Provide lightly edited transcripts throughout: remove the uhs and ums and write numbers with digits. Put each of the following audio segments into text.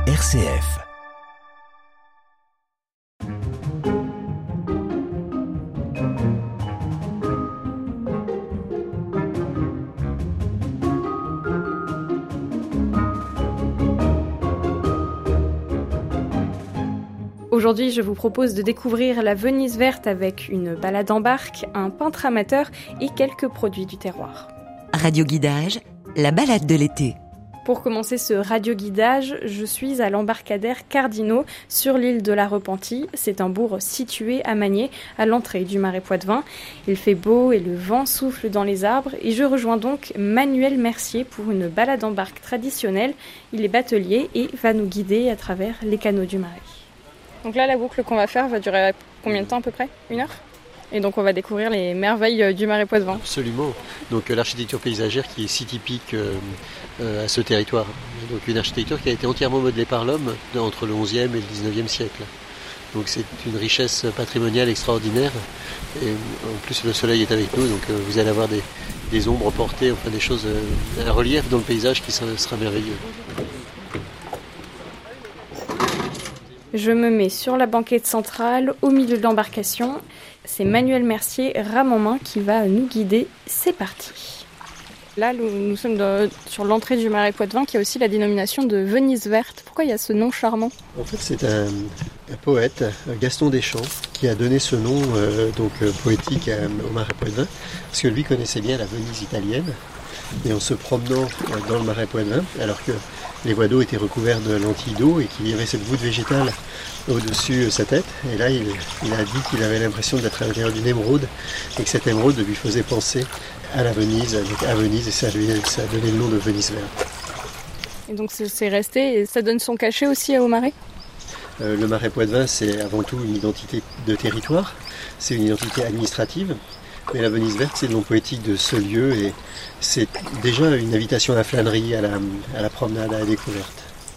RCF. Aujourd'hui, je vous propose de découvrir la Venise verte avec une balade en barque, un peintre amateur et quelques produits du terroir. Radio-guidage, la balade de l'été. Pour commencer ce radio-guidage, je suis à l'embarcadère Cardinaux sur l'île de la Repentie. C'est un bourg situé à Magné, à l'entrée du Marais Poitevin. Il fait beau et le vent souffle dans les arbres et je rejoins donc Manuel Mercier pour une balade en barque traditionnelle. Il est batelier et va nous guider à travers les canaux du Marais. Donc là, la boucle qu'on va faire va durer combien de temps à peu près ? 1 heure ? Et donc on va découvrir les merveilles du Marais Poitevin. Absolument. Donc l'architecture paysagère qui est si typique à ce territoire. Donc une architecture qui a été entièrement modelée par l'homme entre le XIe et le XIXe siècle. Donc c'est une richesse patrimoniale extraordinaire. Et en plus le soleil est avec nous, donc vous allez avoir des ombres portées, enfin des choses, un relief dans le paysage qui sera merveilleux. Je me mets sur la banquette centrale, au milieu de l'embarcation. C'est Manuel Mercier, rame en main, qui va nous guider. C'est parti. Là, nous sommes sur l'entrée du Marais Poitevin, qui a aussi la dénomination de Venise verte. Pourquoi il y a ce nom charmant ? En fait, c'est un poète, Gaston Deschamps, qui a donné ce nom poétique au Marais Poitevin, parce que lui connaissait bien la Venise italienne. Et en se promenant dans le Marais Poitevin, alors que les voies d'eau étaient recouverts de lentilles d'eau et qu'il y avait cette voûte végétale au-dessus de sa tête. Et là, il a dit qu'il avait l'impression d'être à l'intérieur d'une émeraude et que cette émeraude lui faisait penser à la Venise, donc à Venise, et ça a donné le nom de Venise verte. Et donc c'est resté, et ça donne son cachet aussi au Marais ? Le Marais Poitevin, c'est avant tout une identité de territoire, c'est une identité administrative. Mais la Venise verte, c'est le nom poétique de ce lieu et c'est déjà une invitation à la flânerie, à la promenade, à la découverte.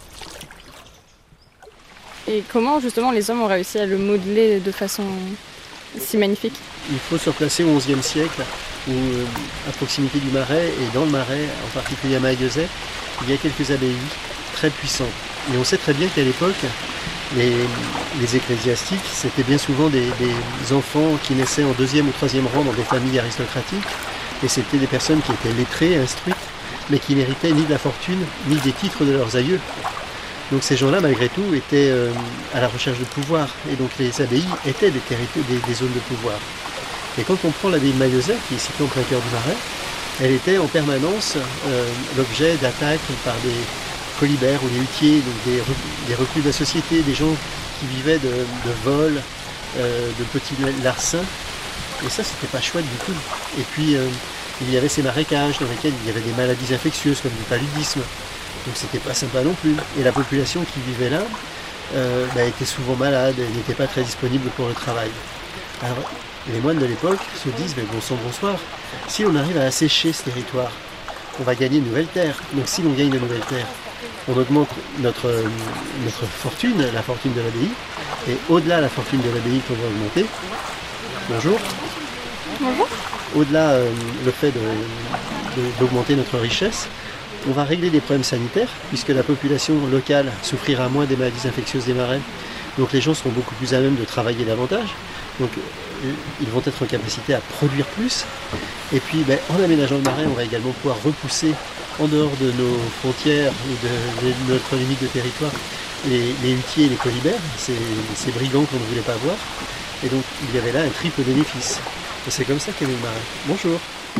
Et comment justement les hommes ont réussi à le modeler de façon si magnifique ? Il faut se replacer au XIe siècle, où à proximité du Marais et dans le Marais, en particulier à Maillezais, il y a quelques abbayes très puissantes. Et on sait très bien qu'à l'époque, les ecclésiastiques, c'était bien souvent des enfants qui naissaient en 2e ou 3e rang dans des familles aristocratiques. Et c'était des personnes qui étaient lettrées, instruites, mais qui n'héritaient ni de la fortune, ni des titres de leurs aïeux. Donc ces gens-là, malgré tout, étaient à la recherche de pouvoir. Et donc les abbayes étaient des zones de pouvoir. Et quand on prend l'abbaye de Maillezais, qui est située en plein cœur du Marais, elle était en permanence l'objet d'attaques par des colibères ou des huttiers, donc des reclus de la société, des gens qui vivaient de vols, de petits larcins. Et ça, c'était pas chouette du tout. Et puis, il y avait ces marécages dans lesquels il y avait des maladies infectieuses comme du paludisme. Donc c'était pas sympa non plus. Et la population qui vivait là était souvent malade, et n'était pas très disponible pour le travail. Alors, les moines de l'époque se disent, mais bon sang, bonsoir, si on arrive à assécher ce territoire, on va gagner une nouvelle terre. Donc si l'on gagne de nouvelles terres, on augmente notre fortune, la fortune de l'abbaye, et au-delà de la fortune de l'abbaye qu'on va augmenter, bonjour. Bonjour. Au-delà le fait d'augmenter notre richesse, on va régler des problèmes sanitaires, puisque la population locale souffrira moins des maladies infectieuses des marais. Donc les gens seront beaucoup plus à même de travailler davantage. Donc ils vont être en capacité à produire plus. Et puis en aménageant le marais, on va également pouvoir repousser en dehors de nos frontières ou de notre limite de territoire les huttiers et les colibères, ces brigands qu'on ne voulait pas voir. Et donc il y avait là un triple bénéfice. Et c'est comme ça qu'est né le Marais. Bonjour.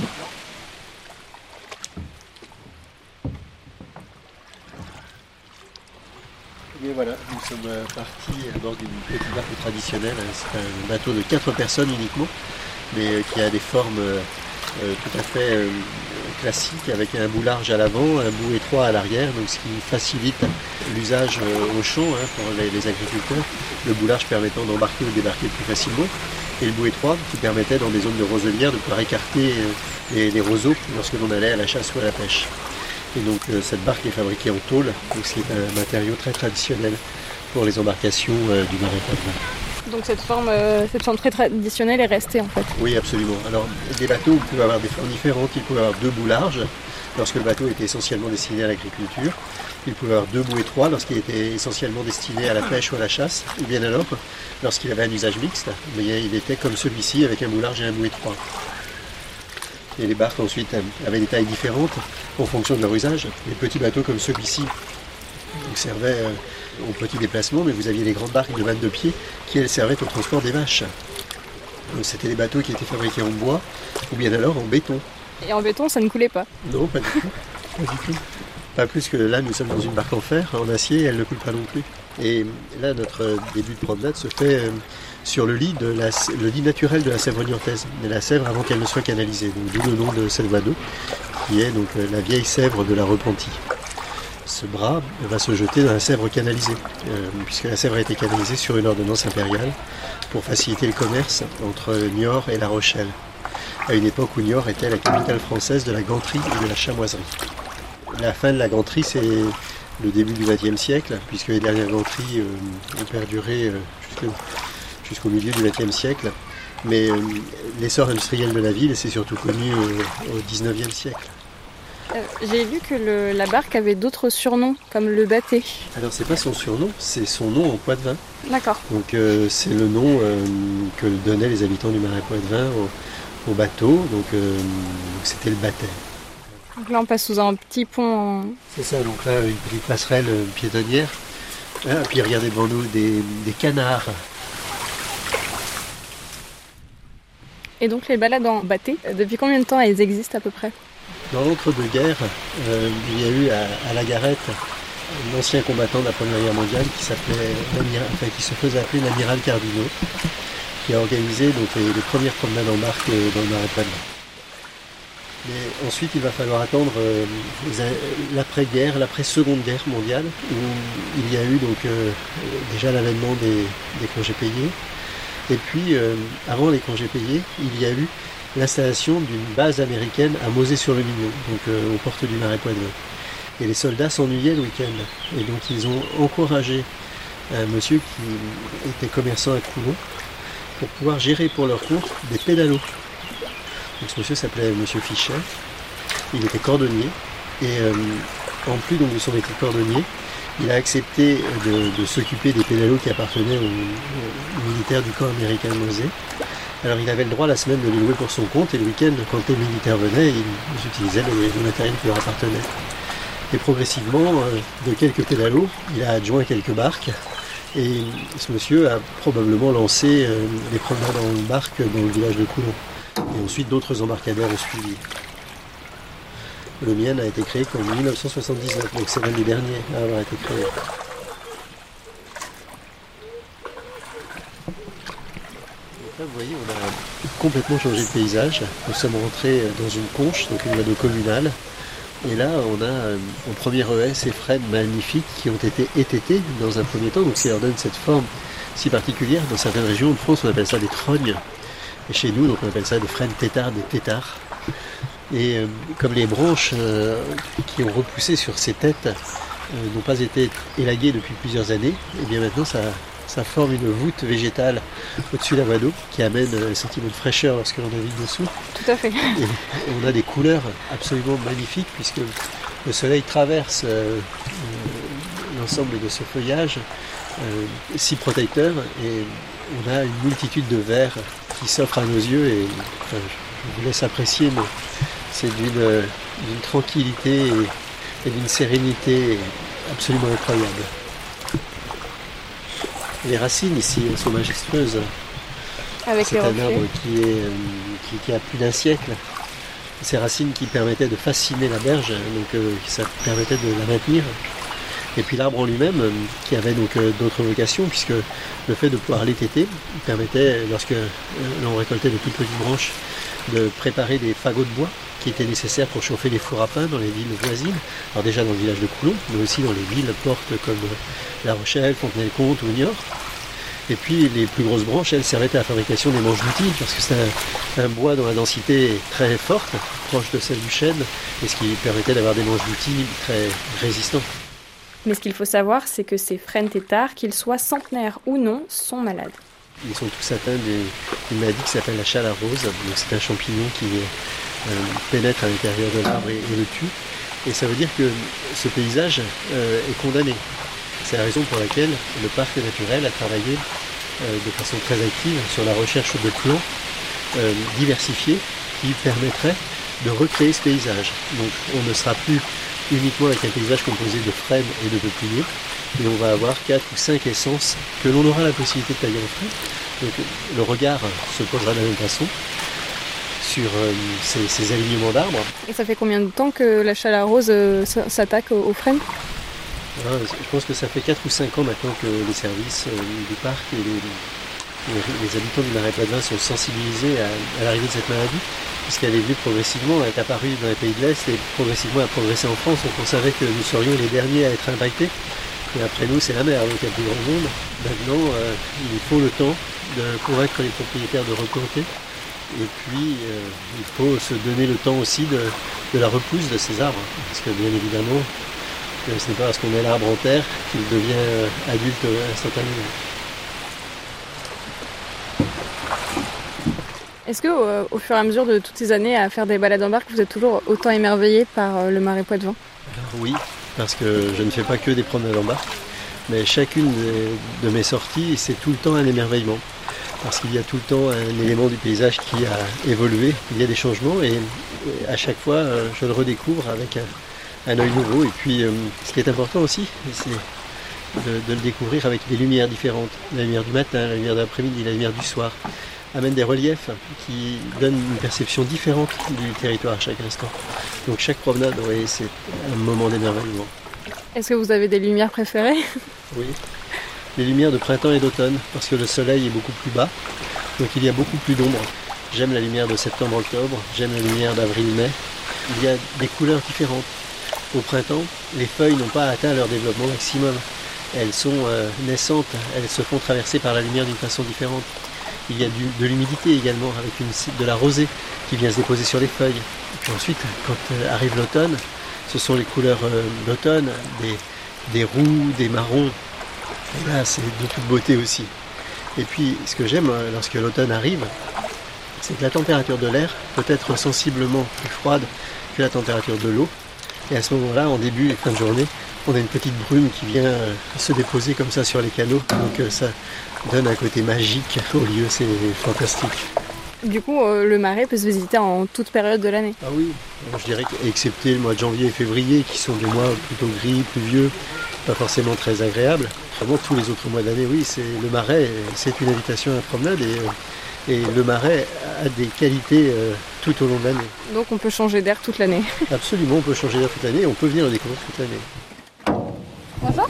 Et voilà, nous sommes partis à bord d'une petite barque traditionnelle. C'est un bateau de 4 personnes uniquement, mais qui a des formes tout à fait classiques, avec un bout large à l'avant, un bout étroit à l'arrière, donc ce qui facilite l'usage au champ pour les agriculteurs. Le bout large permettant d'embarquer ou de débarquer plus facilement, et le bout étroit qui permettait dans des zones de roselière de pouvoir écarter les roseaux lorsque l'on allait à la chasse ou à la pêche. Et donc cette barque est fabriquée en tôle, donc c'est un matériau très traditionnel pour les embarcations du Marais Poitevin. Donc cette forme très traditionnelle est restée en fait. Oui, absolument. Alors des bateaux pouvaient avoir des formes différentes, ils pouvaient avoir 2 bouts larges, lorsque le bateau était essentiellement destiné à l'agriculture. Il pouvait avoir 2 bouées 3 lorsqu'il était essentiellement destiné à la pêche ou à la chasse, ou bien alors lorsqu'il avait un usage mixte, mais il était comme celui-ci avec un moulage et un bouée 3. Et les barques ensuite avaient des tailles différentes en fonction de leur usage. Les petits bateaux comme celui-ci servaient au petit déplacement, mais vous aviez les grandes barques de 22 pieds qui elles servaient au transport des vaches. Donc c'était des bateaux qui étaient fabriqués en bois ou bien alors en béton. Et en béton, ça ne coulait pas? Non, pas du tout. Pas du tout. Pas plus que là, nous sommes dans une barque en fer, en acier, elle ne coule pas non plus. Et là, notre début de promenade se fait sur le lit naturel de la Sèvre niortaise, de la Sèvre avant qu'elle ne soit canalisée. Donc, d'où le nom de cette voie d'eau, qui est donc la vieille Sèvre de la Repentie. Ce bras va se jeter dans la Sèvre canalisée, puisque la Sèvre a été canalisée sur une ordonnance impériale pour faciliter le commerce entre Niort et La Rochelle, à une époque où Niort était la capitale française de la ganterie et de la chamoiserie. La fin de la ganterie, c'est le début du XXe siècle, puisque les dernières ganteries ont perduré jusqu'au milieu du XXe siècle. Mais l'essor industriel de la ville, c'est surtout connu au XIXe siècle. J'ai lu que la barque avait d'autres surnoms, comme le Bâté. Alors, c'est pas son surnom, c'est son nom en Poitevin. D'accord. Donc, c'est le nom que donnaient les habitants du Marais Poitevin au bateau. Donc, c'était le Bâtet. Donc là, on passe sous un petit pont. C'est ça, donc là, une petite passerelle piétonnière. Ah, puis regardez devant nous des canards. Et donc les balades en Bâté, depuis combien de temps elles existent à peu près? Dans l'entre-deux-guerres, il y a eu à La Garette un ancien combattant de la Première Guerre mondiale qui se faisait appeler l'amiral Cardinaux, qui a organisé donc, les premières promenades en barque dans le Marais Poitevin. Mais ensuite, il va falloir attendre l'après-guerre, l'après-seconde guerre mondiale, où il y a eu donc déjà l'avènement des congés payés. Et puis, avant les congés payés, il y a eu l'installation d'une base américaine à Mauzé-sur-le-Mignon, donc aux portes du Marais Poitevin. Et les soldats s'ennuyaient le week-end. Et donc, ils ont encouragé un monsieur qui était commerçant à Coulon pour pouvoir gérer pour leur compte des pédalos. Donc ce monsieur s'appelait monsieur Fichet, il était cordonnier et en plus donc, de son métier de cordonnier, il a accepté de s'occuper des pédalos qui appartenaient aux militaires du camp américain de Mauzé. Alors il avait le droit la semaine de les louer pour son compte et le week-end quand les militaires venaient, ils utilisaient le matériel qui leur appartenait. Et progressivement, de quelques pédalos, il a adjoint quelques barques et ce monsieur a probablement lancé les promenades en barque dans le village de Coulon. Et ensuite, d'autres embarcadères ont suivi. Le mien a été créé qu'en 1979, donc c'est l'un des derniers à avoir été créé. Donc là, vous voyez, on a complètement changé de paysage. Nous sommes rentrés dans une conche, donc une voie d'eau communale. Et là, on a en premier ES ces frênes magnifiques qui ont été étêtés dans un premier temps, donc ça leur donne cette forme si particulière. Dans certaines régions de France, on appelle ça des trognes. Et chez nous, donc on appelle ça des frênes têtards, des têtards. Et comme les branches qui ont repoussé sur ces têtes n'ont pas été élaguées depuis plusieurs années, et bien maintenant ça forme une voûte végétale au-dessus de la voie d'eau qui amène un sentiment de fraîcheur lorsque l'on navigue dessous. Tout à fait. Et on a des couleurs absolument magnifiques puisque le soleil traverse l'ensemble de ce feuillage si protecteur et on a une multitude de verts qui s'offrent à nos yeux et enfin, je vous laisse apprécier, mais c'est d'une tranquillité et d'une sérénité absolument incroyable. Les racines ici sont majestueuses. Avec c'est un arbre qui a plus d'un siècle. Ces racines qui permettaient de fasciner la berge, donc ça permettait de la maintenir. Et puis l'arbre en lui-même, qui avait donc d'autres vocations, puisque le fait de pouvoir l'étêter permettait, lorsque l'on récoltait de toutes petites branches, de préparer des fagots de bois qui étaient nécessaires pour chauffer les fours à pain dans les villes voisines. Alors déjà dans le village de Coulon, mais aussi dans les villes portes comme La Rochelle, Fontenay-le-Comte ou Niort. Et puis les plus grosses branches, elles servaient à la fabrication des manches-d'outils, parce que c'est un bois dont la densité est très forte, proche de celle du chêne, et ce qui permettait d'avoir des manches-d'outils très résistants. Mais ce qu'il faut savoir, c'est que ces frênes têtards, qu'ils soient centenaires ou non, sont malades. Ils sont tous atteints d'une maladie qui s'appelle la chalarose. C'est un champignon qui pénètre à l'intérieur de l'arbre et le tue. Et ça veut dire que ce paysage est condamné. C'est la raison pour laquelle le parc naturel a travaillé de façon très active sur la recherche de plans diversifiés qui permettraient de recréer ce paysage. Donc on ne sera plus uniquement avec un paysage composé de frênes et de peupliers, mais on va avoir 4 ou 5 essences que l'on aura la possibilité de tailler en frêne. Donc le regard se posera de la même façon sur ces alignements d'arbres. Et ça fait combien de temps que la Chalaroze s'attaque aux frênes ? Je pense que ça fait 4 ou 5 ans maintenant que les services du parc et les habitants du Marais Poitevin sont sensibilisés à l'arrivée de cette maladie, puisqu'elle est venue progressivement, elle est apparue dans les pays de l'Est et progressivement a progressé en France. Donc on savait que nous serions les derniers à être impactés. Et après nous, c'est la mer, donc il y a plus grand monde. Maintenant, il faut le temps de convaincre les propriétaires de replanter. Et puis, il faut se donner le temps aussi de la repousse de ces arbres. Parce que bien évidemment, ce n'est pas parce qu'on met l'arbre en terre qu'il devient adulte instantanément. Est-ce que, au fur et à mesure de toutes ces années à faire des balades en barque, vous êtes toujours autant émerveillé par le Marais Poitevin ? Oui, parce que je ne fais pas que des promenades en barque, mais chacune de mes sorties, c'est tout le temps un émerveillement. Parce qu'il y a tout le temps un élément du paysage qui a évolué, il y a des changements et à chaque fois je le redécouvre avec un œil nouveau. Et puis ce qui est important aussi, c'est de le découvrir avec des lumières différentes. La lumière du matin, la lumière de l'après-midi, la lumière du soir. Amène des reliefs qui donnent une perception différente du territoire à chaque instant. Donc chaque promenade, oui, c'est un moment d'émerveillement. Est-ce que vous avez des lumières préférées ? Oui, les lumières de printemps et d'automne, parce que le soleil est beaucoup plus bas, donc il y a beaucoup plus d'ombre. J'aime la lumière de septembre-octobre, j'aime la lumière d'avril-mai. Il y a des couleurs différentes. Au printemps, les feuilles n'ont pas atteint leur développement maximum. Elles sont naissantes, elles se font traverser par la lumière d'une façon différente. Il y a de l'humidité également, avec de la rosée qui vient se déposer sur les feuilles. Et puis ensuite, quand arrive l'automne, ce sont les couleurs d'automne, des roux, des marrons. Et là, c'est de toute beauté aussi. Et puis, ce que j'aime lorsque l'automne arrive, c'est que la température de l'air peut être sensiblement plus froide que la température de l'eau. Et à ce moment-là, en début et fin de journée, on a une petite brume qui vient se déposer comme ça sur les canaux. Donc ça donne un côté magique au lieu, c'est fantastique. Du coup, le Marais peut se visiter en toute période de l'année. Ah oui, je dirais qu'excepté le mois de janvier et février, qui sont des mois plutôt gris, pluvieux, pas forcément très agréables. Vraiment, tous les autres mois de l'année, oui, le Marais, c'est une invitation à la promenade et le Marais a des qualités tout au long de l'année. Donc on peut changer d'air toute l'année. Absolument, on peut changer d'air toute l'année et on peut venir le découvrir toute l'année. Bonjour.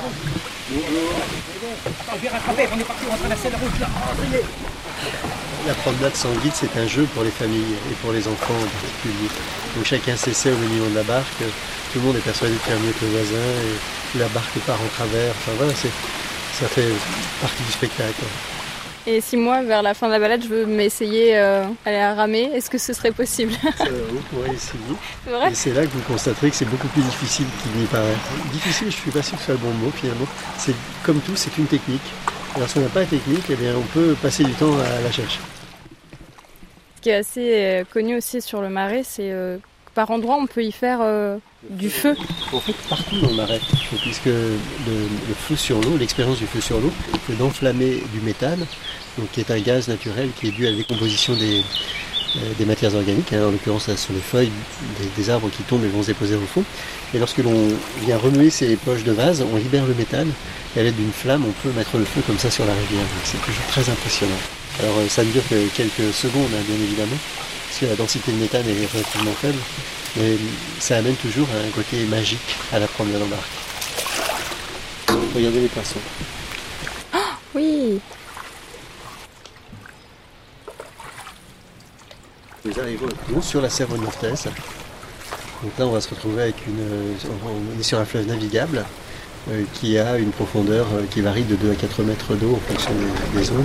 On vient rattraper, on est parti, on va traverser la route là. La promenade sans guide, c'est un jeu pour les familles et pour les enfants en particulier. Donc chacun s'essaie au milieu de la barque, tout le monde est persuadé de faire mieux que le voisin et la barque part en travers. Enfin voilà, ça fait partie du spectacle. Et si moi, vers la fin de la balade, je veux m'essayer aller à ramer, est-ce que ce serait possible ? Vous pourrez essayer. C'est vrai ? Et c'est là que vous constaterez que c'est beaucoup plus difficile qu'il n'y paraît. Difficile, je ne suis pas sûr que ce soit le bon mot finalement. C'est comme tout, c'est une technique. Et lorsqu'on n'a pas la technique, eh bien, on peut passer du temps à la chercher. Ce qui est assez connu aussi sur le Marais, c'est par endroits on peut y faire du feu. En fait, partout dans le Marais, puisque le feu sur l'eau, l'expérience du feu sur l'eau, c'est d'enflammer du méthane, donc qui est un gaz naturel qui est dû à la décomposition des matières organiques, en l'occurrence là, sur les feuilles des arbres qui tombent et vont se déposer au fond. Et lorsque l'on vient remuer ces poches de vase, on libère le méthane et à l'aide d'une flamme, on peut mettre le feu comme ça sur la rivière. Donc, c'est toujours très impressionnant. Alors ça ne dure que quelques secondes, bien évidemment, parce que la densité de méthane est relativement faible, mais ça amène toujours un côté magique à la promenade en barque. Regardez les poissons. Oh, oui. Nous arrivons sur la Sèvre Niortaise. Donc là, on va se retrouver avec on est sur un fleuve navigable qui a une profondeur qui varie de 2 à 4 mètres d'eau en fonction des zones.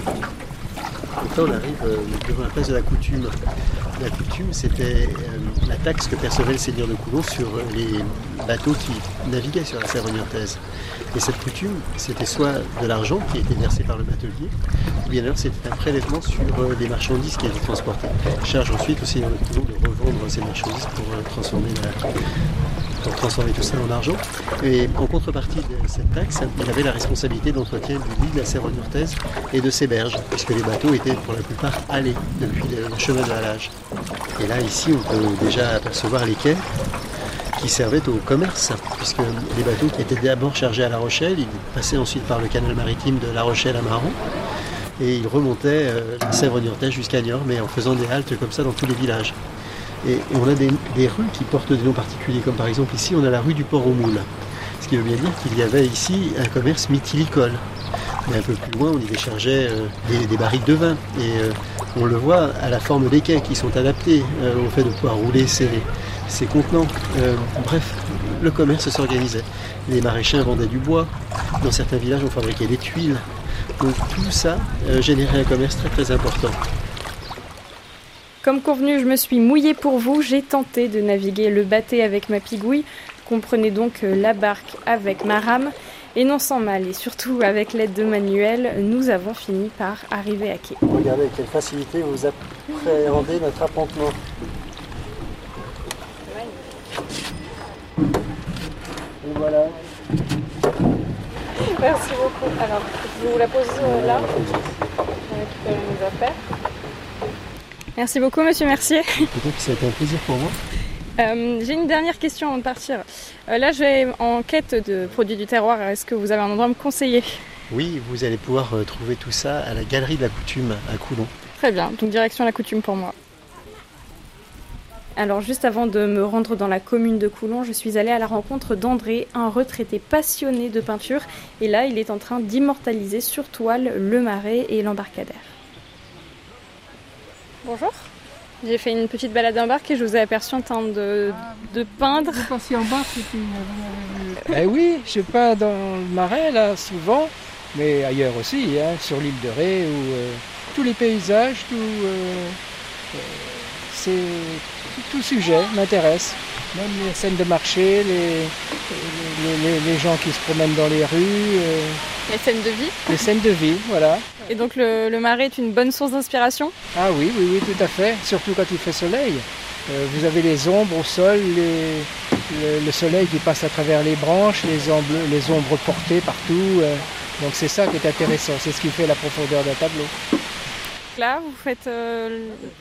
Donc là, on arrive devant la place de la Coutume. La Coutume, c'était la taxe que percevait le seigneur de Coulon sur les bateaux qui naviguaient sur la Sèvre niortaise. Et cette coutume, c'était soit de l'argent qui était versé par le batelier, ou bien alors c'était un prélèvement sur les marchandises qui étaient transportées. Charge ensuite au seigneur de Coulon de revendre ces marchandises pour transformer tout ça en argent. Et en contrepartie de cette taxe, il avait la responsabilité d'entretien du lit de la Sèvre niortaise et de ses berges, puisque les bateaux étaient pour la plupart halés depuis le chemin de halage. Et là, ici, on peut déjà apercevoir les quais qui servaient au commerce, puisque les bateaux qui étaient d'abord chargés à La Rochelle, ils passaient ensuite par le canal maritime de La Rochelle à Maron, et ils remontaient la Sèvre niortaise jusqu'à Niort, mais en faisant des haltes comme ça dans tous les villages. Et on a des rues qui portent des noms particuliers, comme par exemple ici, on a la rue du Port aux Moules, ce qui veut bien dire qu'il y avait ici un commerce mythilicole. Mais un peu plus loin, on y déchargeait des barriques de vin, et on le voit à la forme des quais qui sont adaptés au fait de pouvoir rouler ces contenants. Bref, le commerce s'organisait. Les maraîchers vendaient du bois, dans certains villages on fabriquait des tuiles. Donc tout ça générait un commerce très très important. Comme convenu, je me suis mouillée pour vous, j'ai tenté de naviguer le bateau avec ma pigouille, comprenez donc la barque avec ma rame, et non sans mal, et surtout avec l'aide de Manuel, nous avons fini par arriver à quai. Regardez avec quelle facilité vous appréhendez notre appontement. Et voilà. Merci beaucoup. Alors, je vous la pose là, on récupère nos affaires. Merci beaucoup, monsieur Mercier. Peut-être que ça a été un plaisir pour moi. J'ai une dernière question avant de partir. Là, je vais en quête de produits du terroir. Est-ce que vous avez un endroit à me conseiller ? Oui, vous allez pouvoir trouver tout ça à la Galerie de la Coutume à Coulon. Très bien, donc direction la Coutume pour moi. Alors juste avant de me rendre dans la commune de Coulon, je suis allée à la rencontre d'André, un retraité passionné de peinture. Et là, il est en train d'immortaliser sur toile le marais et l'embarcadère. Bonjour. J'ai fait une petite balade en barque et je vous ai aperçu en train de peindre. Vous passez en barque, Eh oui, je peins dans le marais, là, souvent, mais ailleurs aussi, hein, sur l'île de Ré, où tous les paysages, tout sujet m'intéresse. Même les scènes de marché, les gens qui se promènent dans les rues. Les scènes de vie. Les scènes de vie, voilà. Et donc le marais est une bonne source d'inspiration ? Ah oui, tout à fait. Surtout quand il fait soleil. Vous avez les ombres au sol, le soleil qui passe à travers les branches, les ombres portées partout. Donc c'est ça qui est intéressant, c'est ce qui fait la profondeur d'un tableau. Là, vous faites l'embarcadère ?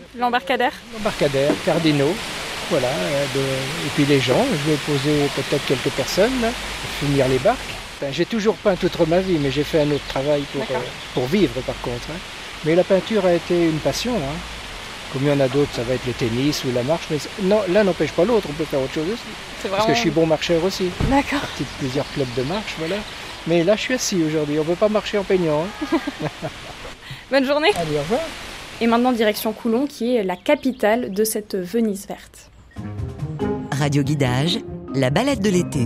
L'embarcadère, cardinaux, voilà. Et puis les gens, je vais poser peut-être quelques personnes là, pour finir les barques. J'ai toujours peint toute ma vie, mais j'ai fait un autre travail pour vivre par contre. Hein. Mais la peinture a été une passion. Hein. Comme il y en a d'autres, ça va être le tennis ou la marche. Mais non, l'un n'empêche pas l'autre, on peut faire autre chose aussi. Vraiment... Parce que je suis bon marcheur aussi. D'accord. Partie de plusieurs clubs de marche, voilà. Mais là, je suis assis aujourd'hui, on ne peut pas marcher en peignant. Hein. Bonne journée. Allez, au revoir. Et maintenant, direction Coulon, qui est la capitale de cette Venise verte. Radio Guidage, la balade de l'été.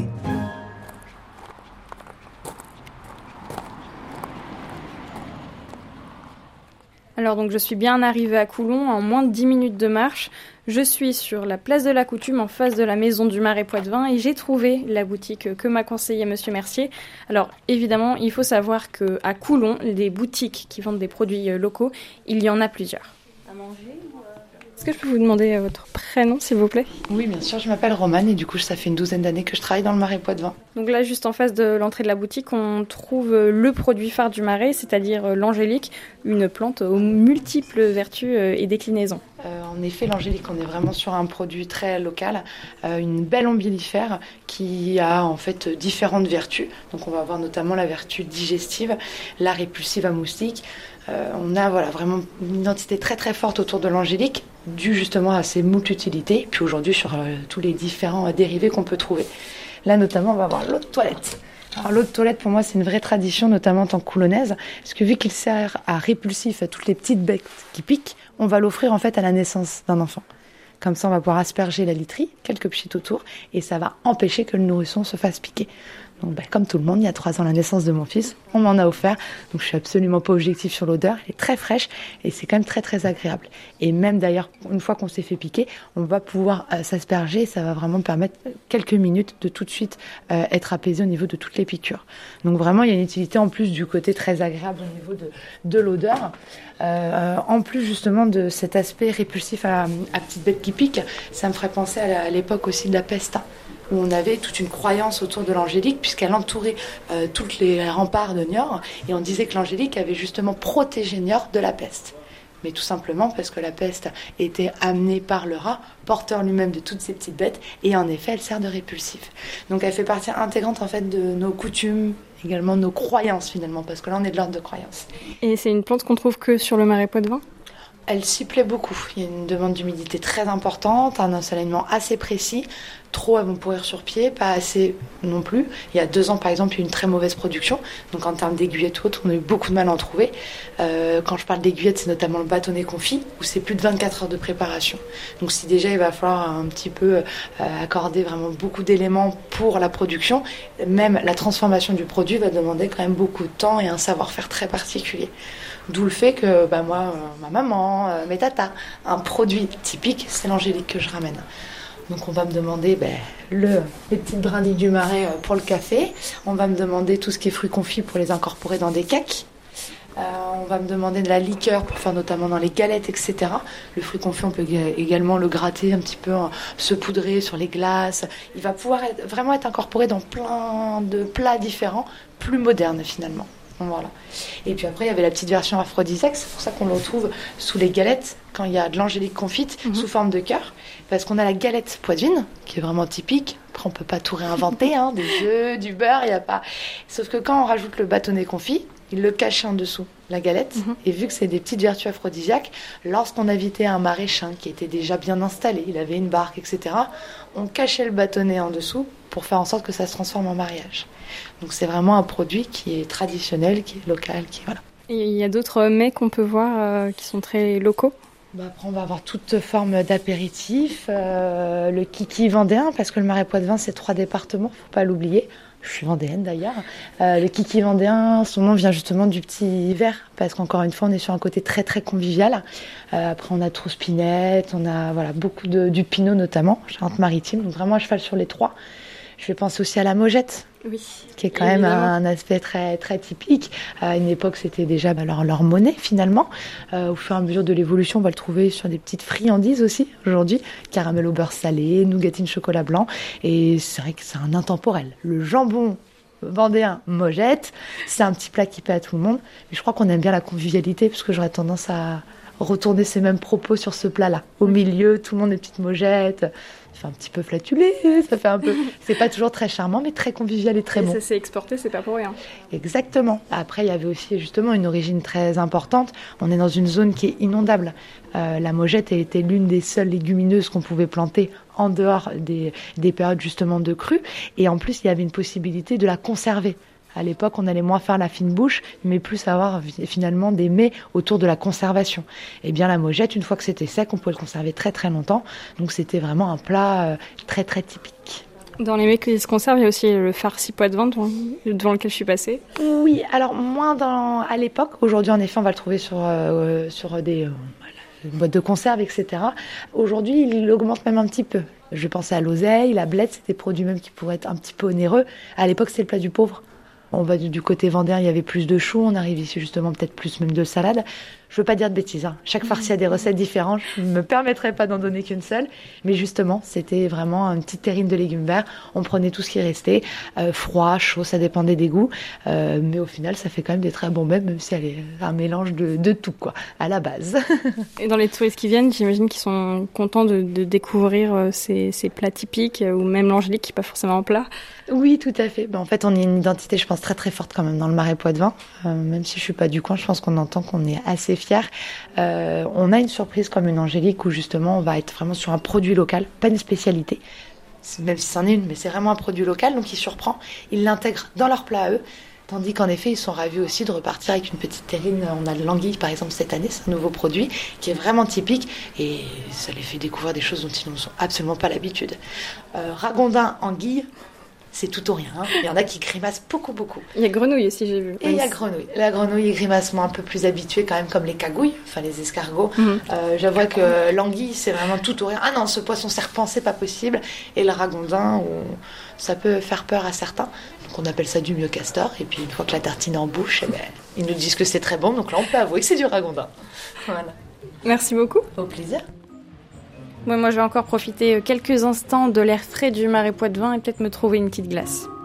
Alors donc je suis bien arrivée à Coulon en moins de 10 minutes de marche. Je suis sur la place de la Coutume en face de la maison du Marais Poitevin et j'ai trouvé la boutique que m'a conseillé monsieur Mercier. Alors évidemment, il faut savoir qu'à Coulon, les boutiques qui vendent des produits locaux, il y en a plusieurs. À manger Est-ce que je peux vous demander votre prénom s'il vous plaît ? Oui, bien sûr, je m'appelle Romane et du coup ça fait une 12aine d'années que je travaille dans le Marais Poitevin. Donc là, juste en face de l'entrée de la boutique, on trouve le produit phare du Marais, c'est-à-dire l'angélique, une plante aux multiples vertus et déclinaisons. En effet, l'angélique, on est vraiment sur un produit très local, une belle ombellifère qui a en fait différentes vertus. Donc on va avoir notamment la vertu digestive, la répulsive à moustiques. On a vraiment une identité très très forte autour de l'angélique, due justement à ses moult utilités, puis aujourd'hui sur tous les différents dérivés qu'on peut trouver. Là notamment, on va avoir l'eau de toilette. Alors l'eau de toilette, pour moi, c'est une vraie tradition, notamment en tant que coulonnaise, parce que vu qu'il sert à répulsif à toutes les petites bêtes qui piquent, on va l'offrir en fait à la naissance d'un enfant. Comme ça, on va pouvoir asperger la literie, quelques pchits autour, et ça va empêcher que le nourrisson se fasse piquer. Donc, comme tout le monde, il y a 3 ans, la naissance de mon fils, on m'en a offert. Donc, je suis absolument pas objective sur l'odeur. Elle est très fraîche et c'est quand même très, très agréable. Et même d'ailleurs, une fois qu'on s'est fait piquer, on va pouvoir s'asperger et ça va vraiment permettre quelques minutes de tout de suite être apaisé au niveau de toutes les piqûres. Donc, vraiment, il y a une utilité en plus du côté très agréable au niveau de l'odeur. En plus, justement, de cet aspect répulsif à petite bête qui pique, ça me ferait penser à l'époque aussi de la peste, où on avait toute une croyance autour de l'angélique puisqu'elle entourait toutes les remparts de Niort et on disait que l'angélique avait justement protégé Niort de la peste. Mais tout simplement parce que la peste était amenée par le rat, porteur lui-même de toutes ces petites bêtes, et en effet elle sert de répulsif. Donc elle fait partie intégrante en fait de nos coutumes, également de nos croyances finalement, parce que là on est de l'ordre de croyances. Et c'est une plante qu'on trouve que sur le marais Poitevin ? Elle s'y plaît beaucoup. Il y a une demande d'humidité très importante, un ensoleillement assez précis. Trop, elles vont pourrir sur pied, pas assez non plus. Il y a 2 ans, par exemple, il y a eu une très mauvaise production. Donc en termes d'aiguillettes ou autres, on a eu beaucoup de mal à en trouver. Quand je parle d'aiguillettes, c'est notamment le bâtonnet confit, où c'est plus de 24 heures de préparation. Donc si déjà il va falloir un petit peu accorder vraiment beaucoup d'éléments pour la production, même la transformation du produit va demander quand même beaucoup de temps et un savoir-faire très particulier. D'où le fait que moi, ma maman, mes tatas, un produit typique, c'est l'angélique que je ramène. Donc on va me demander les petites brindilles du marais pour le café. On va me demander tout ce qui est fruits confits pour les incorporer dans des cakes. On va me demander de la liqueur pour faire notamment dans les galettes, etc. Le fruit confit, on peut également le gratter un petit peu, se poudrer sur les glaces. Il va pouvoir vraiment être incorporé dans plein de plats différents, plus modernes finalement. Voilà. Et puis après, il y avait la petite version aphrodisiaque. C'est pour ça qu'on le retrouve sous les galettes quand il y a de l'angélique confite sous forme de cœur. Parce qu'on a la galette poitevine, qui est vraiment typique. Après, on peut pas tout réinventer, des œufs, du beurre, il y a pas. Sauf que quand on rajoute le bâtonnet confit, il le cache en dessous, la galette. Et vu que c'est des petites vertus aphrodisiaques, lorsqu'on invitait un maraîchin qui était déjà bien installé, il avait une barque, etc., on cachait le bâtonnet en dessous pour faire en sorte que ça se transforme en mariage. Donc c'est vraiment un produit qui est traditionnel, qui est local, voilà. Et il y a d'autres mets qu'on peut voir qui sont très locaux ? Après, on va avoir toute forme d'apéritif, le kiki vendéen, parce que le marais Poitevin, c'est 3 départements, faut pas l'oublier. Je suis vendéenne d'ailleurs. Le kiki vendéen, son nom vient justement du petit verre, parce qu'encore une fois, on est sur un côté très très convivial. Après, on a Trouspinette, on a beaucoup du Pinot notamment, Charente-Maritime, donc vraiment à cheval sur les 3. Je vais penser aussi à la Mogette, qui est quand même un aspect très, très typique. À une époque, c'était déjà leur monnaie, finalement. Au fur et à mesure de l'évolution, on va le trouver sur des petites friandises aussi, aujourd'hui. Caramel au beurre salé, nougatine chocolat blanc. Et c'est vrai que c'est un intemporel. Le jambon vendéen Mogette, c'est un petit plat qui plaît à tout le monde. Mais je crois qu'on aime bien la convivialité, parce que j'aurais tendance à retourner ces mêmes propos sur ce plat-là. Au milieu, tout le monde est petites mogettes. Ça fait un petit peu flatulé, ça fait un peu... C'est pas toujours très charmant, mais très convivial et très bon. Ça s'est exporté, c'est pas pour rien. Exactement. Après, il y avait aussi justement une origine très importante. On est dans une zone qui est inondable. La Mogette était l'une des seules légumineuses qu'on pouvait planter en dehors des périodes justement de crue. Et en plus, il y avait une possibilité de la conserver. À l'époque, on allait moins faire la fine bouche, mais plus avoir finalement des mets autour de la conservation. Et bien la Mogette, une fois que c'était sec, on pouvait le conserver très très longtemps. Donc c'était vraiment un plat très très typique. Dans les mets qui se conservent, il y a aussi le farci Poitevin devant lequel je suis passée. Oui, alors moins à l'époque. Aujourd'hui, en effet, on va le trouver sur des boîtes de conserve, etc. Aujourd'hui, il augmente même un petit peu. Je pensais à l'oseille, la blette, c'est des produits même qui pourraient être un petit peu onéreux. À l'époque, c'était le plat du pauvre. On va du côté vendéen, il y avait plus de choux. On arrive ici justement peut-être plus même de salade. Je veux pas dire de bêtises. Chaque farci a des recettes différentes. Je ne me permettrai pas d'en donner qu'une seule. Mais justement, c'était vraiment une petite terrine de légumes verts. On prenait tout ce qui restait. Froid, chaud, ça dépendait des goûts. Mais au final, ça fait quand même des très bons mets, même si elle est un mélange de tout, quoi, à la base. Et dans les touristes qui viennent, j'imagine qu'ils sont contents de découvrir ces plats typiques, ou même l'angélique qui n'est pas forcément en plat. Oui, tout à fait. En fait, on a une identité, je pense, très très forte quand même dans le marais Poitevin. Même si je suis pas du coin, je pense qu'on entend qu'on est assez fiers. On a une surprise comme une angélique où justement on va être vraiment sur un produit local, pas une spécialité. Même si c'en est une, mais c'est vraiment un produit local, donc il surprend. Ils l'intègrent dans leur plat à eux. Tandis qu'en effet, ils sont ravis aussi de repartir avec une petite terrine. On a de l'anguille, par exemple, cette année. C'est un nouveau produit qui est vraiment typique. Et ça les fait découvrir des choses dont ils n'ont absolument pas l'habitude. Ragondin, anguille, c'est tout ou rien. Il y en a qui grimacent beaucoup. Il y a grenouille aussi, j'ai vu. Et il y a grenouille. La grenouille est grimacement un peu plus habituée quand même, comme les cagouilles, enfin les escargots. J'avoue que l'anguille, c'est vraiment tout ou rien. Ah non, ce poisson serpent, c'est pas possible. Et le ragondin, ça peut faire peur à certains. Donc on appelle ça du myocastor. Et puis une fois que la tartine est en bouche, ils nous disent que c'est très bon. Donc là, on peut avouer que c'est du ragondin. Voilà. Merci beaucoup. Au plaisir. Moi, je vais encore profiter quelques instants de l'air frais du Marais Poitevin et peut-être me trouver une petite glace.